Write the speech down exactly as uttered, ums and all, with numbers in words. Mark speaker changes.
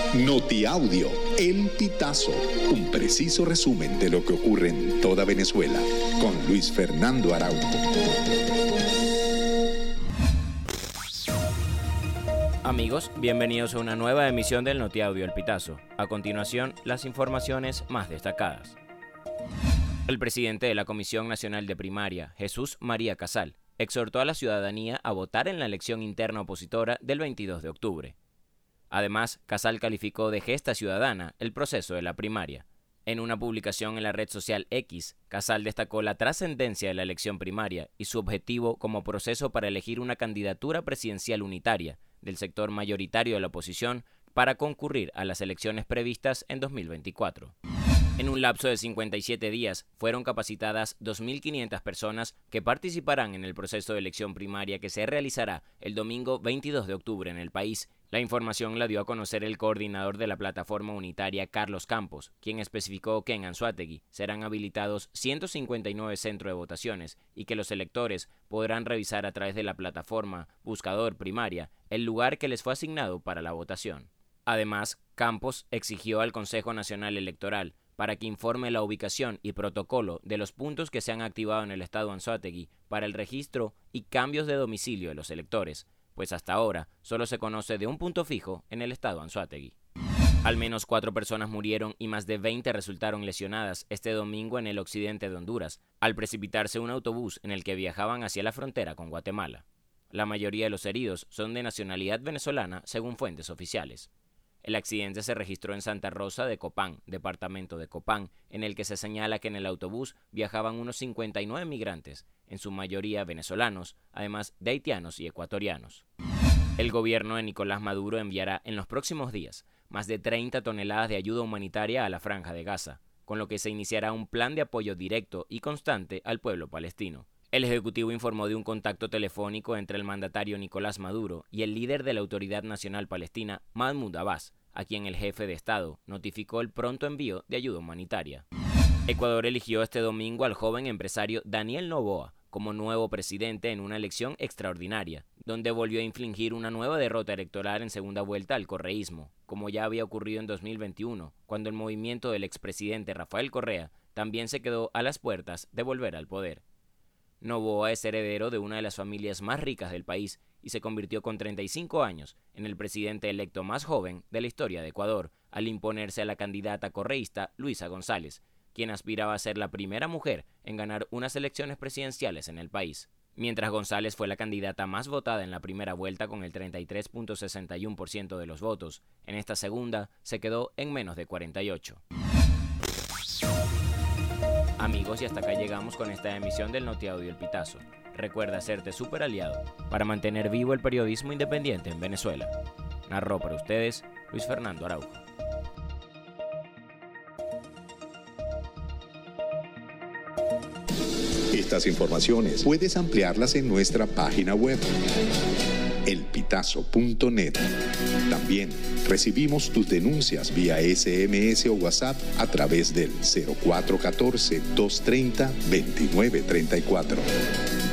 Speaker 1: Notiaudio, El Pitazo, un preciso resumen de lo que ocurre en toda Venezuela, con Luis Fernando Araújo.
Speaker 2: Amigos, bienvenidos a una nueva emisión del Notiaudio El Pitazo. A continuación, las informaciones más destacadas. El presidente de la Comisión Nacional de Primaria, Jesús María Casal, exhortó a la ciudadanía a votar en la elección interna opositora del veintidós de octubre. Además, Casal calificó de gesta ciudadana el proceso de la primaria. En una publicación en la red social X, Casal destacó la trascendencia de la elección primaria y su objetivo como proceso para elegir una candidatura presidencial unitaria del sector mayoritario de la oposición para concurrir a las elecciones previstas en dos mil veinticuatro. En un lapso de cincuenta y siete días, fueron capacitadas dos mil quinientas personas que participarán en el proceso de elección primaria que se realizará el domingo veintidós de octubre en el país. La información la dio a conocer el coordinador de la plataforma unitaria, Carlos Campos, quien especificó que en Anzoátegui serán habilitados ciento cincuenta y nueve centros de votaciones y que los electores podrán revisar a través de la plataforma Buscador Primaria el lugar que les fue asignado para la votación. Además, Campos exigió al Consejo Nacional Electoral para que informe la ubicación y protocolo de los puntos que se han activado en el estado Anzoátegui para el registro y cambios de domicilio de los electores, pues hasta ahora solo se conoce de un punto fijo en el estado Anzoátegui. Al menos cuatro personas murieron y más de veinte resultaron lesionadas este domingo en el occidente de Honduras, al precipitarse un autobús en el que viajaban hacia la frontera con Guatemala. La mayoría de los heridos son de nacionalidad venezolana, según fuentes oficiales. El accidente se registró en Santa Rosa de Copán, departamento de Copán, en el que se señala que en el autobús viajaban unos cincuenta y nueve migrantes, en su mayoría venezolanos, además de haitianos y ecuatorianos. El gobierno de Nicolás Maduro enviará en los próximos días más de treinta toneladas de ayuda humanitaria a la Franja de Gaza, con lo que se iniciará un plan de apoyo directo y constante al pueblo palestino. El Ejecutivo informó de un contacto telefónico entre el mandatario Nicolás Maduro y el líder de la Autoridad Nacional Palestina, Mahmoud Abbas, a quien el jefe de Estado notificó el pronto envío de ayuda humanitaria. Ecuador eligió este domingo al joven empresario Daniel Noboa como nuevo presidente en una elección extraordinaria, donde volvió a infligir una nueva derrota electoral en segunda vuelta al correísmo, como ya había ocurrido en dos mil veintiuno, cuando el movimiento del expresidente Rafael Correa también se quedó a las puertas de volver al poder. Noboa es heredero de una de las familias más ricas del país y se convirtió con treinta y cinco años en el presidente electo más joven de la historia de Ecuador, al imponerse a la candidata correísta Luisa González, quien aspiraba a ser la primera mujer en ganar unas elecciones presidenciales en el país. Mientras González fue la candidata más votada en la primera vuelta con el treinta y tres punto sesenta y uno por ciento de los votos, en esta segunda se quedó en menos de cuarenta y ocho. Amigos, y hasta acá llegamos con esta emisión del Notiaudio El Pitazo. Recuerda hacerte súper aliado para mantener vivo el periodismo independiente en Venezuela. Narró para ustedes Luis Fernando Araújo.
Speaker 1: Estas informaciones puedes ampliarlas en nuestra página web, el pitazo punto net. También recibimos tus denuncias vía ese eme ese o WhatsApp a través del cero cuatro uno cuatro, dos tres cero, dos nueve tres cuatro.